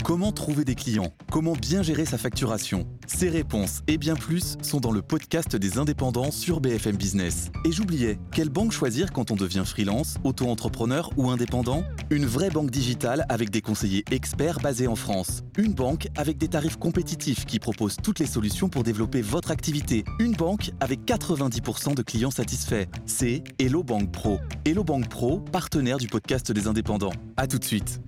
Comment trouver des clients? Comment bien gérer sa facturation? Ces réponses et bien plus sont dans le podcast des indépendants sur BFM Business. Et j'oubliais, quelle banque choisir quand on devient freelance, auto-entrepreneur ou indépendant? Une vraie banque digitale avec des conseillers experts basés en France. Une banque avec des tarifs compétitifs qui propose toutes les solutions pour développer votre activité. Une banque avec 90% de clients satisfaits. C'est Hello Bank Pro. Hello Bank Pro, partenaire du podcast des indépendants. À tout de suite.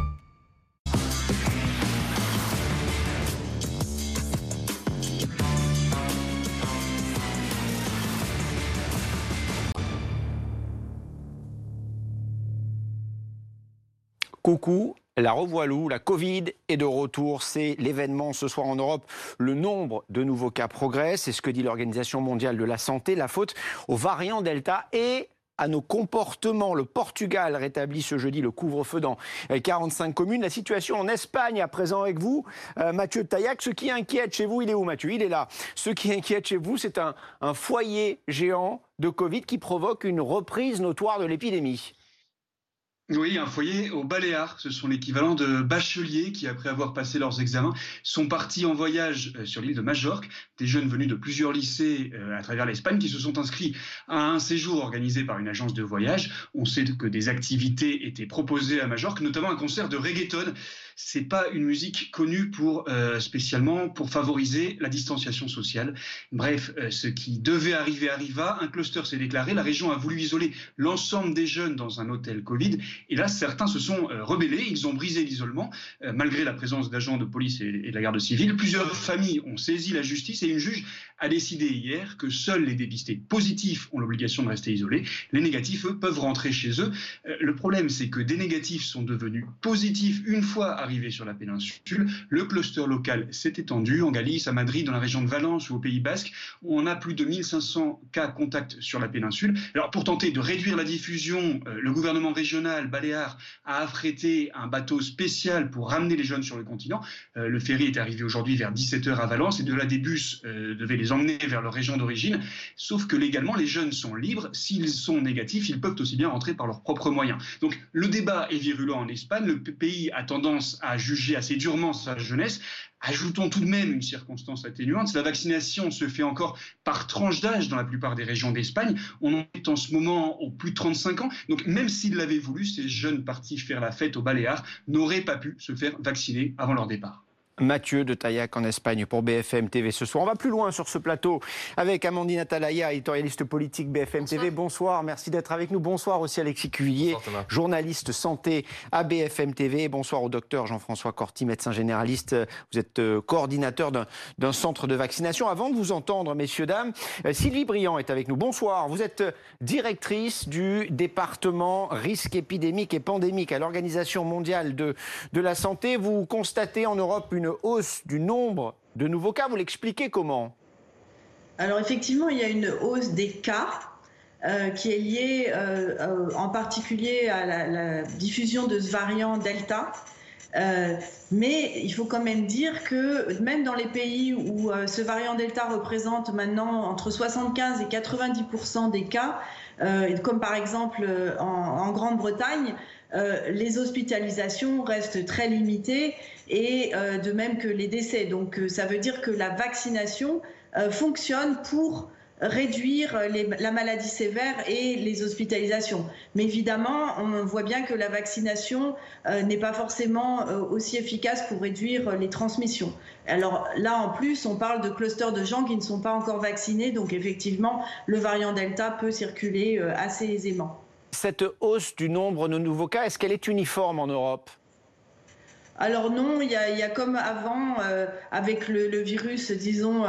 Coucou, la revoilà, la Covid est de retour, c'est l'événement ce soir en Europe. Le nombre de nouveaux cas progresse, c'est ce que dit l'Organisation mondiale de la santé, la faute au variant Delta et à nos comportements. Le Portugal rétablit ce jeudi le couvre-feu dans 45 communes. La situation en Espagne à présent avec vous, Mathieu Taillac. Ce qui inquiète chez vous, il est où Mathieu? Il est là. Ce qui inquiète chez vous, c'est un foyer géant de Covid qui provoque une reprise notoire de l'épidémie. Oui, un foyer aux Baléares. Ce sont l'équivalent de bacheliers qui, après avoir passé leurs examens, sont partis en voyage sur l'île de Majorque. Des jeunes venus de plusieurs lycées à travers l'Espagne qui se sont inscrits à un séjour organisé par une agence de voyage. On sait que des activités étaient proposées à Majorque, notamment un concert de reggaeton. C'est pas une musique connue spécialement pour favoriser la distanciation sociale. Bref, ce qui devait arriver arriva. Un cluster s'est déclaré. La région a voulu isoler l'ensemble des jeunes dans un hôtel Covid. Et là, certains se sont rebellés, ils ont brisé l'isolement, malgré la présence d'agents de police et de la garde civile. Plusieurs familles ont saisi la justice et une juge a décidé hier que seuls les dépistés positifs ont l'obligation de rester isolés. Les négatifs, eux, peuvent rentrer chez eux. Le problème, c'est que des négatifs sont devenus positifs une fois arrivés sur la péninsule. Le cluster local s'est étendu en Galice, à Madrid, dans la région de Valence ou au Pays Basque, où on a plus de 1500 cas contacts sur la péninsule. Alors, pour tenter de réduire la diffusion, le gouvernement régional Baléares a affrété un bateau spécial pour ramener les jeunes sur le continent. Le ferry est arrivé aujourd'hui vers 17h à Valence et de là des bus devaient les emmener vers leur région d'origine. Sauf que légalement, les jeunes sont libres. S'ils sont négatifs, ils peuvent aussi bien rentrer par leurs propres moyens. Donc le débat est virulent en Espagne. Le pays a tendance à juger assez durement sa jeunesse. Ajoutons tout de même une circonstance atténuante, la vaccination se fait encore par tranche d'âge dans la plupart des régions d'Espagne. On en est en ce moment aux plus de 35 ans. Donc même s'ils l'avaient voulu, ces jeunes partis faire la fête aux Baléares n'auraient pas pu se faire vacciner avant leur départ. Mathieu de Taillac en Espagne pour BFM TV ce soir. On va plus loin sur ce plateau avec Amandine Atalaya, éditorialiste politique BFM TV. Bonsoir, merci d'être avec nous. Bonsoir aussi Alexis Cuvillier, journaliste santé à BFM TV. Bonsoir au docteur Jean-François Corti, médecin généraliste. Vous êtes coordinateur d'un centre de vaccination. Avant de vous entendre, messieurs, dames, Sylvie Briand est avec nous. Bonsoir, vous êtes directrice du département risque épidémique et pandémique à l'Organisation mondiale de la santé. Vous constatez en Europe une hausse du nombre de nouveaux cas. Vous l'expliquez comment? Alors effectivement, il y a une hausse des cas qui est liée en particulier à la diffusion de ce variant Delta. Mais il faut quand même dire que même dans les pays où ce variant Delta représente maintenant entre 75 et 90% des cas, comme par exemple en Grande-Bretagne, les hospitalisations restent très limitées et de même que les décès. Donc ça veut dire que la vaccination fonctionne pour réduire la maladie sévère et les hospitalisations. Mais évidemment, on voit bien que la vaccination n'est pas forcément aussi efficace pour réduire les transmissions. Alors là, en plus, on parle de clusters de gens qui ne sont pas encore vaccinés, donc effectivement, le variant Delta peut circuler assez aisément. Cette hausse du nombre de nouveaux cas, est-ce qu'elle est uniforme en Europe ? Alors non, il y a comme avant, avec le virus, disons,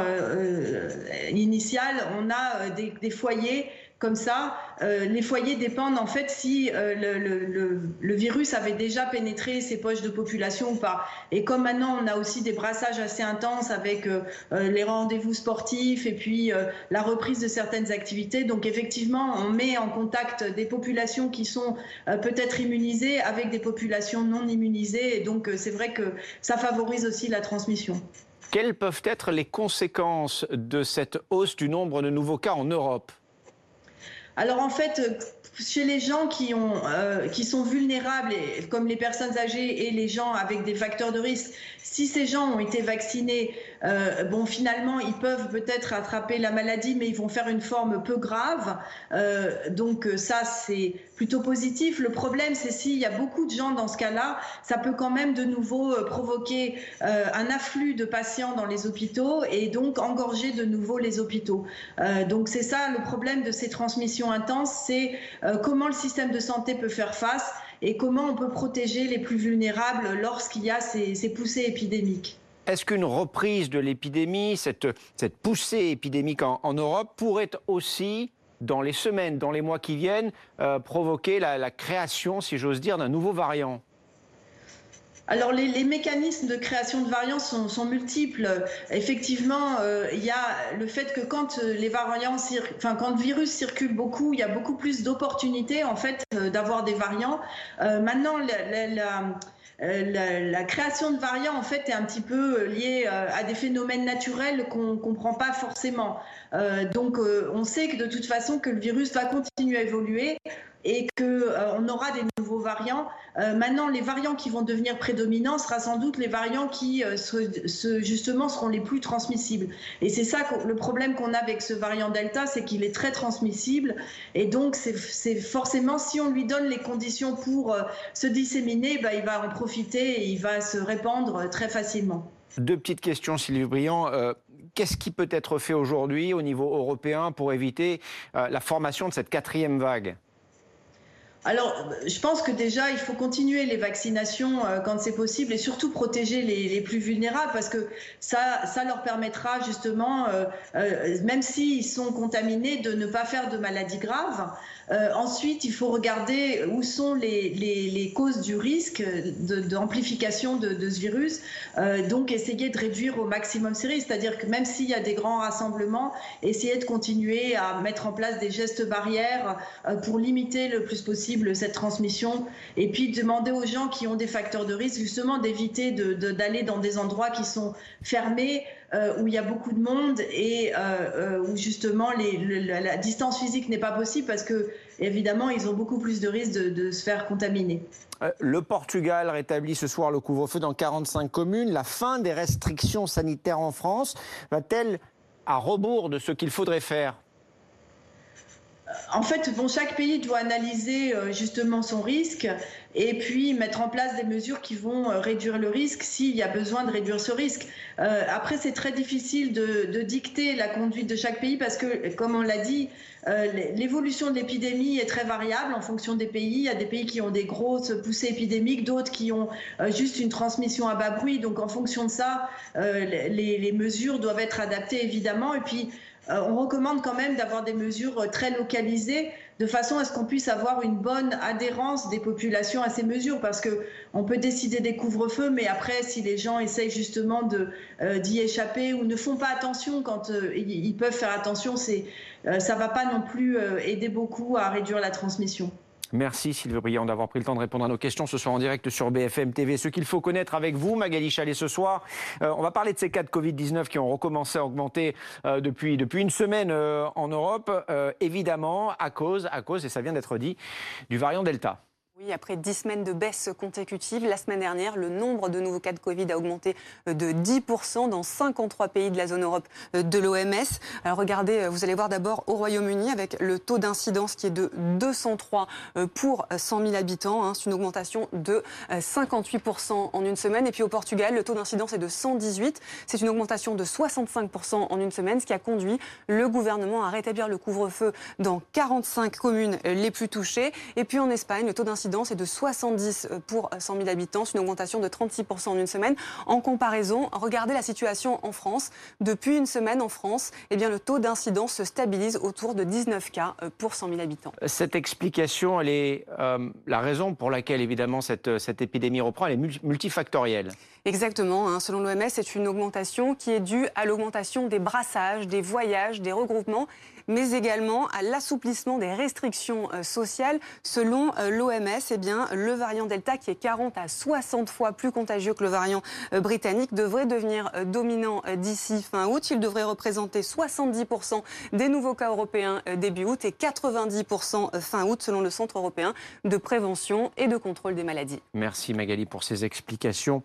initial, on a des foyers comme ça. Les foyers dépendent en fait si le virus avait déjà pénétré ces poches de population ou pas. Et comme maintenant on a aussi des brassages assez intenses avec les rendez-vous sportifs et puis la reprise de certaines activités, donc effectivement on met en contact des populations qui sont peut-être immunisées avec des populations non immunisées, et donc c'est vrai que ça favorise aussi la transmission. Quelles peuvent être les conséquences de cette hausse du nombre de nouveaux cas en Europe ? Alors en fait, chez les gens qui sont vulnérables, comme les personnes âgées et les gens avec des facteurs de risque, si ces gens ont été vaccinés, finalement, ils peuvent peut-être attraper la maladie, mais ils vont faire une forme peu grave. Donc ça, c'est plutôt positif. Le problème, c'est s'il y a beaucoup de gens dans ce cas-là, ça peut quand même de nouveau provoquer un afflux de patients dans les hôpitaux et donc engorger de nouveau les hôpitaux. Donc c'est ça le problème de ces transmissions intenses, c'est comment le système de santé peut faire face et comment on peut protéger les plus vulnérables lorsqu'il y a ces poussées épidémiques. Est-ce qu'une reprise de l'épidémie, cette poussée épidémique en Europe, pourrait aussi, dans les semaines, dans les mois qui viennent, provoquer la création, si j'ose dire, d'un nouveau variant ? Alors les mécanismes de création de variants sont multiples. Effectivement, il y a le fait que quand quand le virus circule beaucoup, il y a beaucoup plus d'opportunités en fait d'avoir des variants. Maintenant, la création de variants en fait est un petit peu liée à des phénomènes naturels qu'on ne comprend pas forcément. Donc on sait que de toute façon que le virus va continuer à évoluer et qu'on aura des nouveaux variants. Maintenant, les variants qui vont devenir prédominants sera sans doute les variants qui justement seront les plus transmissibles. Et c'est ça le problème qu'on a avec ce variant Delta, c'est qu'il est très transmissible. Et donc, c'est forcément, si on lui donne les conditions pour se disséminer, il va en profiter et il va se répandre très facilement. Deux petites questions, Sylvie Briand. Qu'est-ce qui peut être fait aujourd'hui au niveau européen pour éviter la formation de cette quatrième vague ? Alors, je pense que déjà, il faut continuer les vaccinations quand c'est possible et surtout protéger les plus vulnérables parce que ça leur permettra justement, même s'ils sont contaminés, de ne pas faire de maladies graves. Ensuite, il faut regarder où sont les causes du risque d'amplification de ce virus. Donc, essayer de réduire au maximum ces risques. C'est-à-dire que même s'il y a des grands rassemblements, essayer de continuer à mettre en place des gestes barrières pour limiter le plus possible cette transmission et puis demander aux gens qui ont des facteurs de risque justement d'éviter d'aller dans des endroits qui sont fermés, où il y a beaucoup de monde et où justement la distance physique n'est pas possible parce que évidemment ils ont beaucoup plus de risques de se faire contaminer. Le Portugal rétablit ce soir le couvre-feu dans 45 communes. La fin des restrictions sanitaires en France va-t-elle à rebours de ce qu'il faudrait faire ? En fait, chaque pays doit analyser justement son risque et puis mettre en place des mesures qui vont réduire le risque s'il y a besoin de réduire ce risque. Après, c'est très difficile de dicter la conduite de chaque pays parce que, comme on l'a dit, l'évolution de l'épidémie est très variable en fonction des pays. Il y a des pays qui ont des grosses poussées épidémiques, d'autres qui ont juste une transmission à bas bruit. Donc, en fonction de ça, les mesures doivent être adaptées, évidemment. Et puis, on recommande quand même d'avoir des mesures très localisées de façon à ce qu'on puisse avoir une bonne adhérence des populations à ces mesures parce qu'on peut décider des couvre-feux, mais après, si les gens essayent justement d'y échapper ou ne font pas attention quand ils peuvent faire attention, ça ne va pas non plus aider beaucoup à réduire la transmission. Merci Sylvie Briand d'avoir pris le temps de répondre à nos questions ce soir en direct sur BFM TV. Ce qu'il faut connaître avec vous, Magali Chalet, ce soir, on va parler de ces cas de Covid-19 qui ont recommencé à augmenter depuis une semaine en Europe, évidemment à cause, et ça vient d'être dit, du variant Delta. Oui, après 10 semaines de baisse consécutive, la semaine dernière, le nombre de nouveaux cas de Covid a augmenté de 10% dans 53 pays de la zone Europe de l'OMS. Alors regardez, vous allez voir d'abord au Royaume-Uni avec le taux d'incidence qui est de 203 pour 100 000 habitants. C'est une augmentation de 58% en une semaine. Et puis au Portugal, le taux d'incidence est de 118. C'est une augmentation de 65% en une semaine, ce qui a conduit le gouvernement à rétablir le couvre-feu dans 45 communes les plus touchées. Et puis en Espagne, le taux d'incidence est de 70 pour 100 000 habitants, c'est une augmentation de 36% en une semaine. En comparaison, regardez la situation en France. Depuis une semaine en France, le taux d'incidence se stabilise autour de 19 cas pour 100 000 habitants. Cette explication, elle est la raison pour laquelle évidemment cette épidémie reprend, elle est multifactorielle. Exactement. Selon l'OMS, c'est une augmentation qui est due à l'augmentation des brassages, des voyages, des regroupements, mais également à l'assouplissement des restrictions sociales. Selon l'OMS, le variant Delta, qui est 40 à 60 fois plus contagieux que le variant britannique, devrait devenir dominant d'ici fin août. Il devrait représenter 70% des nouveaux cas européens début août et 90% fin août, selon le Centre européen de prévention et de contrôle des maladies. Merci Magali pour ces explications.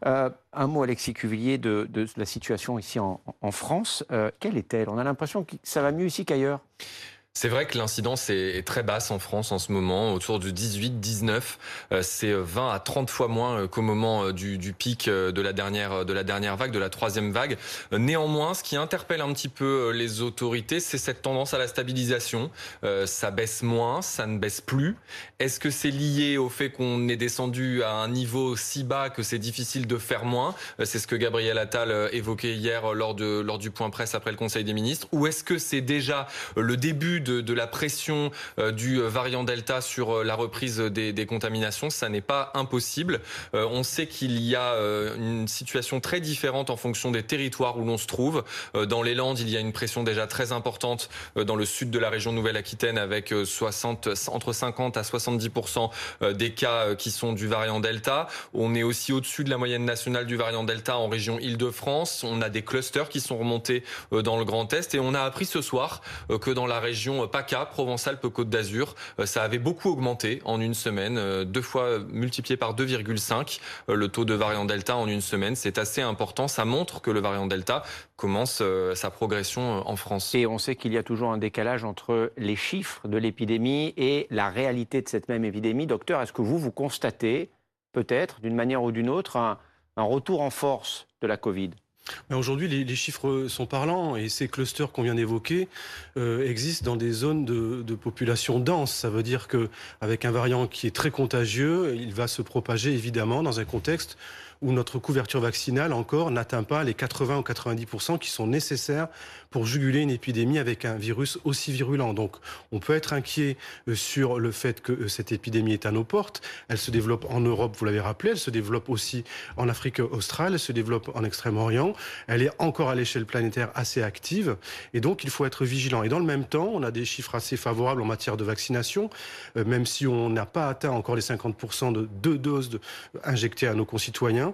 Un mot, Alexis Cuvillier, de la situation ici en France. Quelle est-elle ? On a l'impression que ça va mieux ici qu'ailleurs. C'est vrai que l'incidence est très basse en France en ce moment, autour de 18-19. C'est 20 à 30 fois moins qu'au moment du pic de la dernière vague, de la troisième vague. Néanmoins, ce qui interpelle un petit peu les autorités, c'est cette tendance à la stabilisation. Ça baisse moins, ça ne baisse plus. Est-ce que c'est lié au fait qu'on est descendu à un niveau si bas que c'est difficile de faire moins ? C'est ce que Gabriel Attal évoquait hier lors du point presse après le Conseil des ministres. Ou est-ce que c'est déjà le début de la pression du variant Delta sur la reprise des contaminations? Ça n'est pas impossible. On sait qu'il y a une situation très différente en fonction des territoires où l'on se trouve. Dans les Landes, il y a une pression déjà très importante dans le sud de la région Nouvelle-Aquitaine avec entre 50 à 70% des cas qui sont du variant Delta. On est aussi au-dessus de la moyenne nationale du variant Delta en région Île-de-France. On a des clusters qui sont remontés dans le Grand Est et on a appris ce soir que dans la région PACA, Provence-Alpes-Côte d'Azur, ça avait beaucoup augmenté en une semaine, 2 fois multiplié par 2,5 le taux de variant Delta en une semaine. C'est assez important, ça montre que le variant Delta commence sa progression en France. Et on sait qu'il y a toujours un décalage entre les chiffres de l'épidémie et la réalité de cette même épidémie. Docteur, est-ce que vous constatez peut-être, d'une manière ou d'une autre, un retour en force de la Covid ? Aujourd'hui, les chiffres sont parlants et ces clusters qu'on vient d'évoquer existent dans des zones de population dense. Ça veut dire qu'avec un variant qui est très contagieux, il va se propager évidemment dans un contexte où notre couverture vaccinale encore n'atteint pas les 80 ou 90% qui sont nécessaires pour juguler une épidémie avec un virus aussi virulent. Donc on peut être inquiet sur le fait que cette épidémie est à nos portes. Elle se développe en Europe, vous l'avez rappelé, elle se développe aussi en Afrique australe, elle se développe en Extrême-Orient. Elle est encore à l'échelle planétaire assez active et donc il faut être vigilant. Et dans le même temps, on a des chiffres assez favorables en matière de vaccination, même si on n'a pas atteint encore les 50% de 2 doses injectées à nos concitoyens.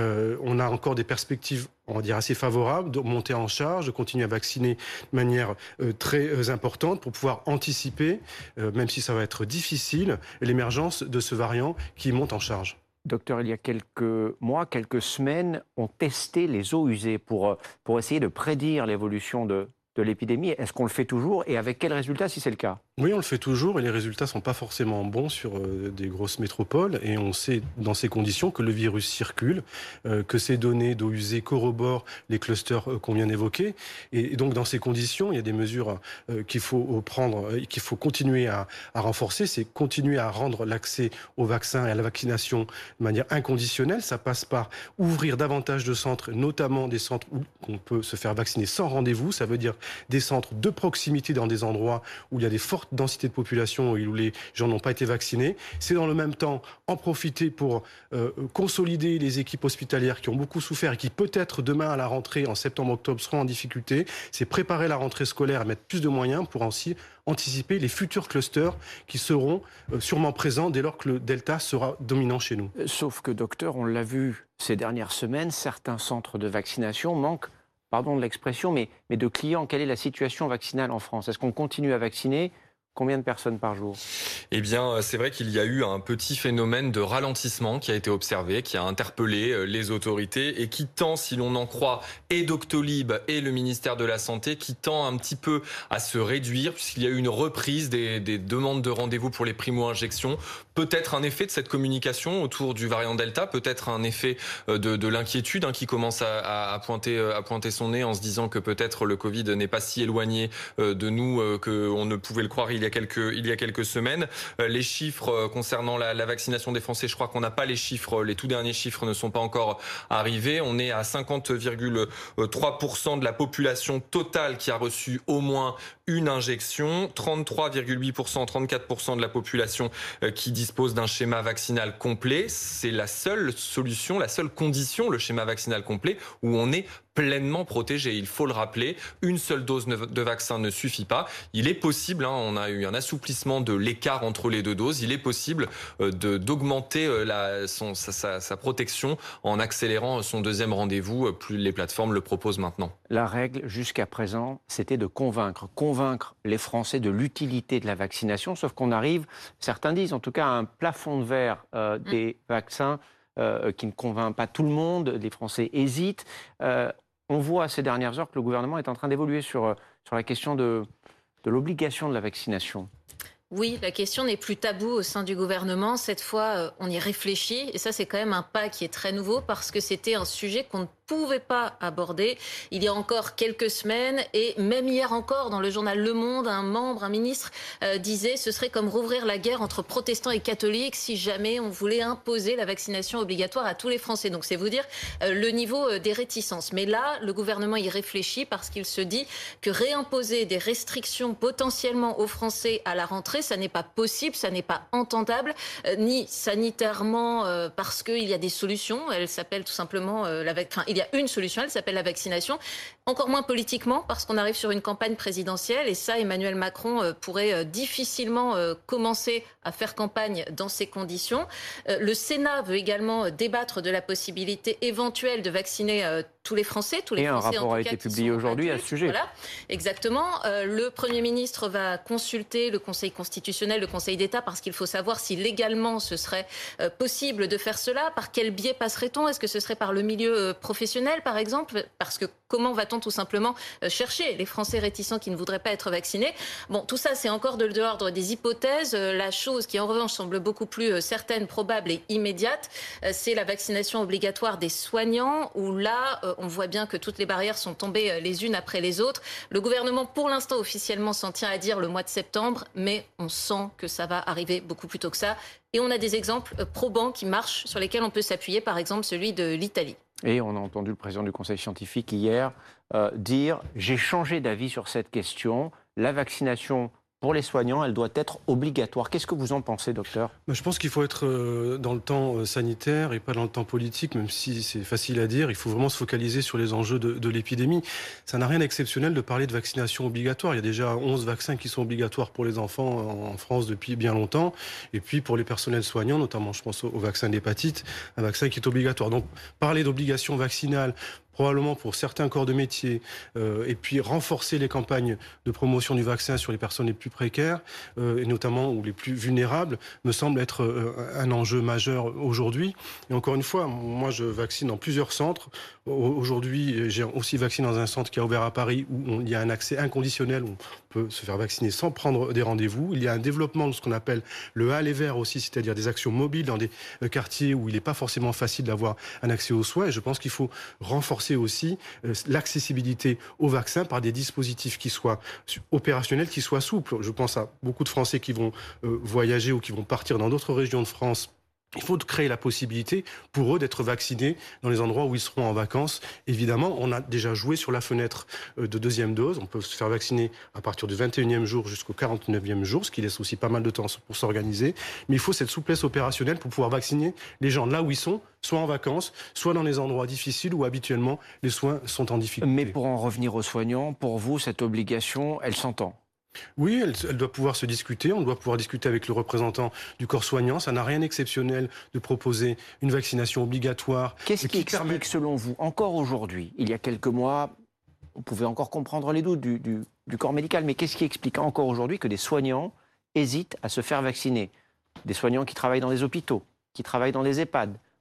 On a encore des perspectives, on va dire, assez favorables de monter en charge, de continuer à vacciner de manière très importante pour pouvoir anticiper, même si ça va être difficile, l'émergence de ce variant qui monte en charge. Docteur, il y a quelques mois, quelques semaines, on testait les eaux usées pour essayer de prédire l'évolution de l'épidémie. Est-ce qu'on le fait toujours et avec quels résultats si c'est le cas ? Oui, on le fait toujours et les résultats ne sont pas forcément bons sur des grosses métropoles et on sait dans ces conditions que le virus circule, que ces données d'eau usée corroborent les clusters qu'on vient d'évoquer et donc dans ces conditions, il y a des mesures qu'il faut prendre, qu'il faut continuer à renforcer, c'est continuer à rendre l'accès au vaccin et à la vaccination de manière inconditionnelle. Ça passe par ouvrir davantage de centres, notamment des centres où on peut se faire vacciner sans rendez-vous, ça veut dire des centres de proximité dans des endroits où il y a des fortes densités de population, où les gens n'ont pas été vaccinés. C'est dans le même temps en profiter pour consolider les équipes hospitalières qui ont beaucoup souffert et qui peut-être demain à la rentrée, en septembre-octobre, seront en difficulté. C'est préparer la rentrée scolaire et mettre plus de moyens pour aussi anticiper les futurs clusters qui seront sûrement présents dès lors que le Delta sera dominant chez nous. Sauf que, docteur, on l'a vu ces dernières semaines, certains centres de vaccination manquent, pardon de l'expression, mais de clients. Quelle est la situation vaccinale en France ? Est-ce qu'on continue à vacciner ? Combien de personnes par jour ? Eh bien, c'est vrai qu'il y a eu un petit phénomène de ralentissement qui a été observé, qui a interpellé les autorités et qui tend, si l'on en croit, et Doctolib et le ministère de la Santé, qui tend un petit peu à se réduire puisqu'il y a eu une reprise des demandes de rendez-vous pour les primo-injections. Peut-être un effet de cette communication autour du variant Delta, peut-être un effet de l'inquiétude qui commence à pointer son nez en se disant que peut-être le Covid n'est pas si éloigné de nous qu'on ne pouvait le croire il il y a quelques semaines. Les chiffres concernant la vaccination des Français, je crois qu'on n'a pas les chiffres, les tout derniers chiffres ne sont pas encore arrivés. On est à 50,3% de la population totale qui a reçu au moins une injection, 33,8%, 34% de la population qui dispose d'un schéma vaccinal complet. C'est la seule solution, la seule condition, le schéma vaccinal complet, où on est pleinement protégé. Il faut le rappeler, une seule dose de vaccin ne suffit pas. Il est possible, on a eu un assouplissement de l'écart entre les deux doses, il est possible d'augmenter sa protection en accélérant son deuxième rendez-vous, plus les plateformes le proposent maintenant. La règle jusqu'à présent, c'était de convaincre les Français de l'utilité de la vaccination, sauf qu'on arrive, certains disent en tout cas, à un plafond de verre des vaccins qui ne convainc pas tout le monde. Les Français hésitent. On voit ces dernières heures que le gouvernement est en train d'évoluer sur la question de l'obligation de la vaccination. Oui, la question n'est plus taboue au sein du gouvernement. Cette fois, on y réfléchit. Et ça, c'est quand même un pas qui est très nouveau parce que c'était un sujet qu'on ne pouvait pas aborder il y a encore quelques semaines. Et même hier encore, dans le journal Le Monde, un ministre disait ce serait comme rouvrir la guerre entre protestants et catholiques si jamais on voulait imposer la vaccination obligatoire à tous les Français. Donc c'est vous dire le niveau des réticences. Mais là, le gouvernement y réfléchit parce qu'il se dit que réimposer des restrictions potentiellement aux Français à la rentrée, ça n'est pas possible, ça n'est pas entendable, ni sanitairement parce qu'il y a des solutions. Elle s'appelle tout simplement il y a une solution, elle s'appelle la vaccination. Encore moins politiquement parce qu'on arrive sur une campagne présidentielle et ça, Emmanuel Macron pourrait difficilement commencer à faire campagne dans ces conditions. Le Sénat veut également débattre de la possibilité éventuelle de vacciner tous les Français, tous les Français. Et un rapport a été publié aujourd'hui à ce sujet. Voilà, exactement. Le Premier ministre va consulter le Conseil constitutionnel, le Conseil d'État, parce qu'il faut savoir si légalement ce serait possible de faire cela. Par quel biais passerait-on? Est-ce que ce serait par le milieu professionnel, par exemple? Parce que comment va-t-on tout simplement chercher les Français réticents qui ne voudraient pas être vaccinés? Bon, tout ça, c'est encore de l'ordre des hypothèses. La chose qui, en revanche, semble beaucoup plus certaine, probable et immédiate, c'est la vaccination obligatoire des soignants, où là, on voit bien que toutes les barrières sont tombées les unes après les autres. Le gouvernement, pour l'instant, officiellement s'en tient à dire le mois de septembre, mais on sent que ça va arriver beaucoup plus tôt que ça. Et on a des exemples probants qui marchent, sur lesquels on peut s'appuyer, par exemple celui de l'Italie. Et on a entendu le président du Conseil scientifique hier dire « J'ai changé d'avis sur cette question. La vaccination pour les soignants, elle doit être obligatoire. » Qu'est-ce que vous en pensez, docteur? Je pense qu'il faut être dans le temps sanitaire et pas dans le temps politique, même si c'est facile à dire. Il faut vraiment se focaliser sur les enjeux de l'épidémie. Ça n'a rien d'exceptionnel de parler de vaccination obligatoire. Il y a déjà 11 vaccins qui sont obligatoires pour les enfants en France depuis bien longtemps. Et puis pour les personnels soignants, notamment je pense au vaccin d'hépatite, un vaccin qui est obligatoire. Donc parler d'obligation vaccinale, probablement pour certains corps de métier, et puis renforcer les campagnes de promotion du vaccin sur les personnes les plus précaires, et notamment ou les plus vulnérables, me semble être un enjeu majeur aujourd'hui. Et encore une fois, moi je vaccine dans plusieurs centres. Aujourd'hui, j'ai aussi vacciné dans un centre qui a ouvert à Paris où il y a un accès inconditionnel, où on peut se faire vacciner sans prendre des rendez-vous. Il y a un développement de ce qu'on appelle le aller vers aussi, c'est-à-dire des actions mobiles dans des quartiers où il n'est pas forcément facile d'avoir un accès aux soins. Et je pense qu'il faut renforcer aussi l'accessibilité au vaccin par des dispositifs qui soient opérationnels, qui soient souples. Je pense à beaucoup de Français qui vont voyager ou qui vont partir dans d'autres régions de France. Il faut créer la possibilité pour eux d'être vaccinés dans les endroits où ils seront en vacances. Évidemment, on a déjà joué sur la fenêtre de deuxième dose. On peut se faire vacciner à partir du 21e jour jusqu'au 49e jour, ce qui laisse aussi pas mal de temps pour s'organiser. Mais il faut cette souplesse opérationnelle pour pouvoir vacciner les gens là où ils sont, soit en vacances, soit dans les endroits difficiles où habituellement les soins sont en difficulté. Mais pour en revenir aux soignants, pour vous, cette obligation, elle s'entend? Oui, elle doit pouvoir se discuter. On doit pouvoir discuter avec le représentant du corps soignant. Ça n'a rien d'exceptionnel de proposer une vaccination obligatoire. Qu'est-ce qui explique, selon vous, encore aujourd'hui, il y a quelques mois, on pouvait encore comprendre les doutes du corps médical, mais qu'est-ce qui explique encore aujourd'hui que des soignants hésitent à se faire vacciner? Des soignants qui travaillent dans les hôpitaux, qui travaillent dans les EHPAD,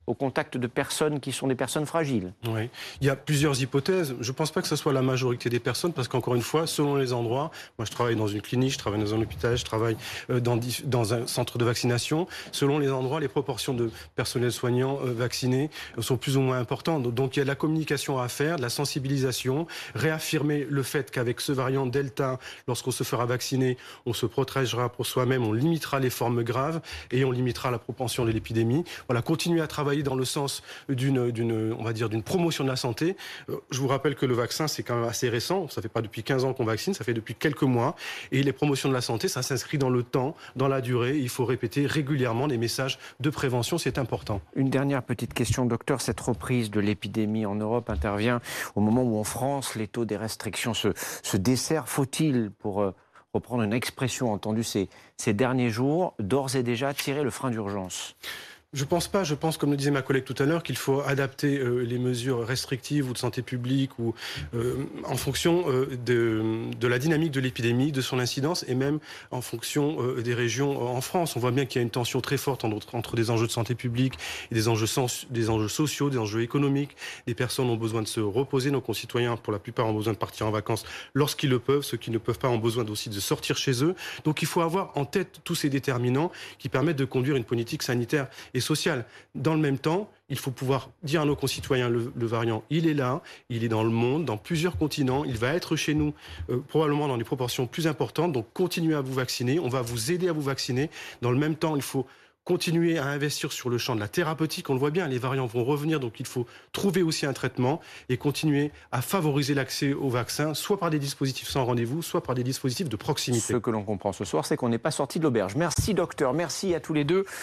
au contact de personnes qui sont des personnes fragiles. Oui, il y a plusieurs hypothèses. Je ne pense pas que ce soit la majorité des personnes, parce qu'encore une fois, selon les endroits, moi je travaille dans une clinique, je travaille dans un hôpital, je travaille dans un centre de vaccination. Selon les endroits, les proportions de personnel soignant vaccinés sont plus ou moins importantes. Donc il y a de la communication à faire, de la sensibilisation, réaffirmer le fait qu'avec ce variant Delta, lorsqu'on se fera vacciner, on se protégera pour soi-même, on limitera les formes graves et on limitera la propension de l'épidémie. Voilà, continuer à travailler dans le sens d'une promotion de la santé. Je vous rappelle que le vaccin, c'est quand même assez récent. Ça ne fait pas depuis 15 ans qu'on vaccine, ça fait depuis quelques mois. Et les promotions de la santé, ça s'inscrit dans le temps, dans la durée. Il faut répéter régulièrement les messages de prévention, c'est important. Une dernière petite question, docteur. Cette reprise de l'épidémie en Europe intervient au moment où en France, les taux des restrictions se desserrent. Faut-il, pour reprendre une expression entendue ces derniers jours, d'ores et déjà tirer le frein d'urgence ? Je pense pas. Je pense, comme le disait ma collègue tout à l'heure, qu'il faut adapter les mesures restrictives ou de santé publique ou en fonction de la dynamique de l'épidémie, de son incidence et même en fonction des régions en France. On voit bien qu'il y a une tension très forte entre des enjeux de santé publique et des enjeux sociaux, des enjeux économiques. Les personnes ont besoin de se reposer. Nos concitoyens, pour la plupart, ont besoin de partir en vacances lorsqu'ils le peuvent. Ceux qui ne peuvent pas ont besoin aussi de sortir chez eux. Donc il faut avoir en tête tous ces déterminants qui permettent de conduire une politique sanitaire et sociale. Dans le même temps, il faut pouvoir dire à nos concitoyens, le variant, il est là, il est dans le monde, dans plusieurs continents, il va être chez nous, probablement dans des proportions plus importantes, donc continuez à vous vacciner, on va vous aider à vous vacciner. Dans le même temps, il faut continuer à investir sur le champ de la thérapeutique. On le voit bien, les variants vont revenir, donc il faut trouver aussi un traitement et continuer à favoriser l'accès au vaccin, soit par des dispositifs sans rendez-vous, soit par des dispositifs de proximité. Ce que l'on comprend ce soir, c'est qu'on n'est pas sorti de l'auberge. Merci docteur, merci à tous les deux.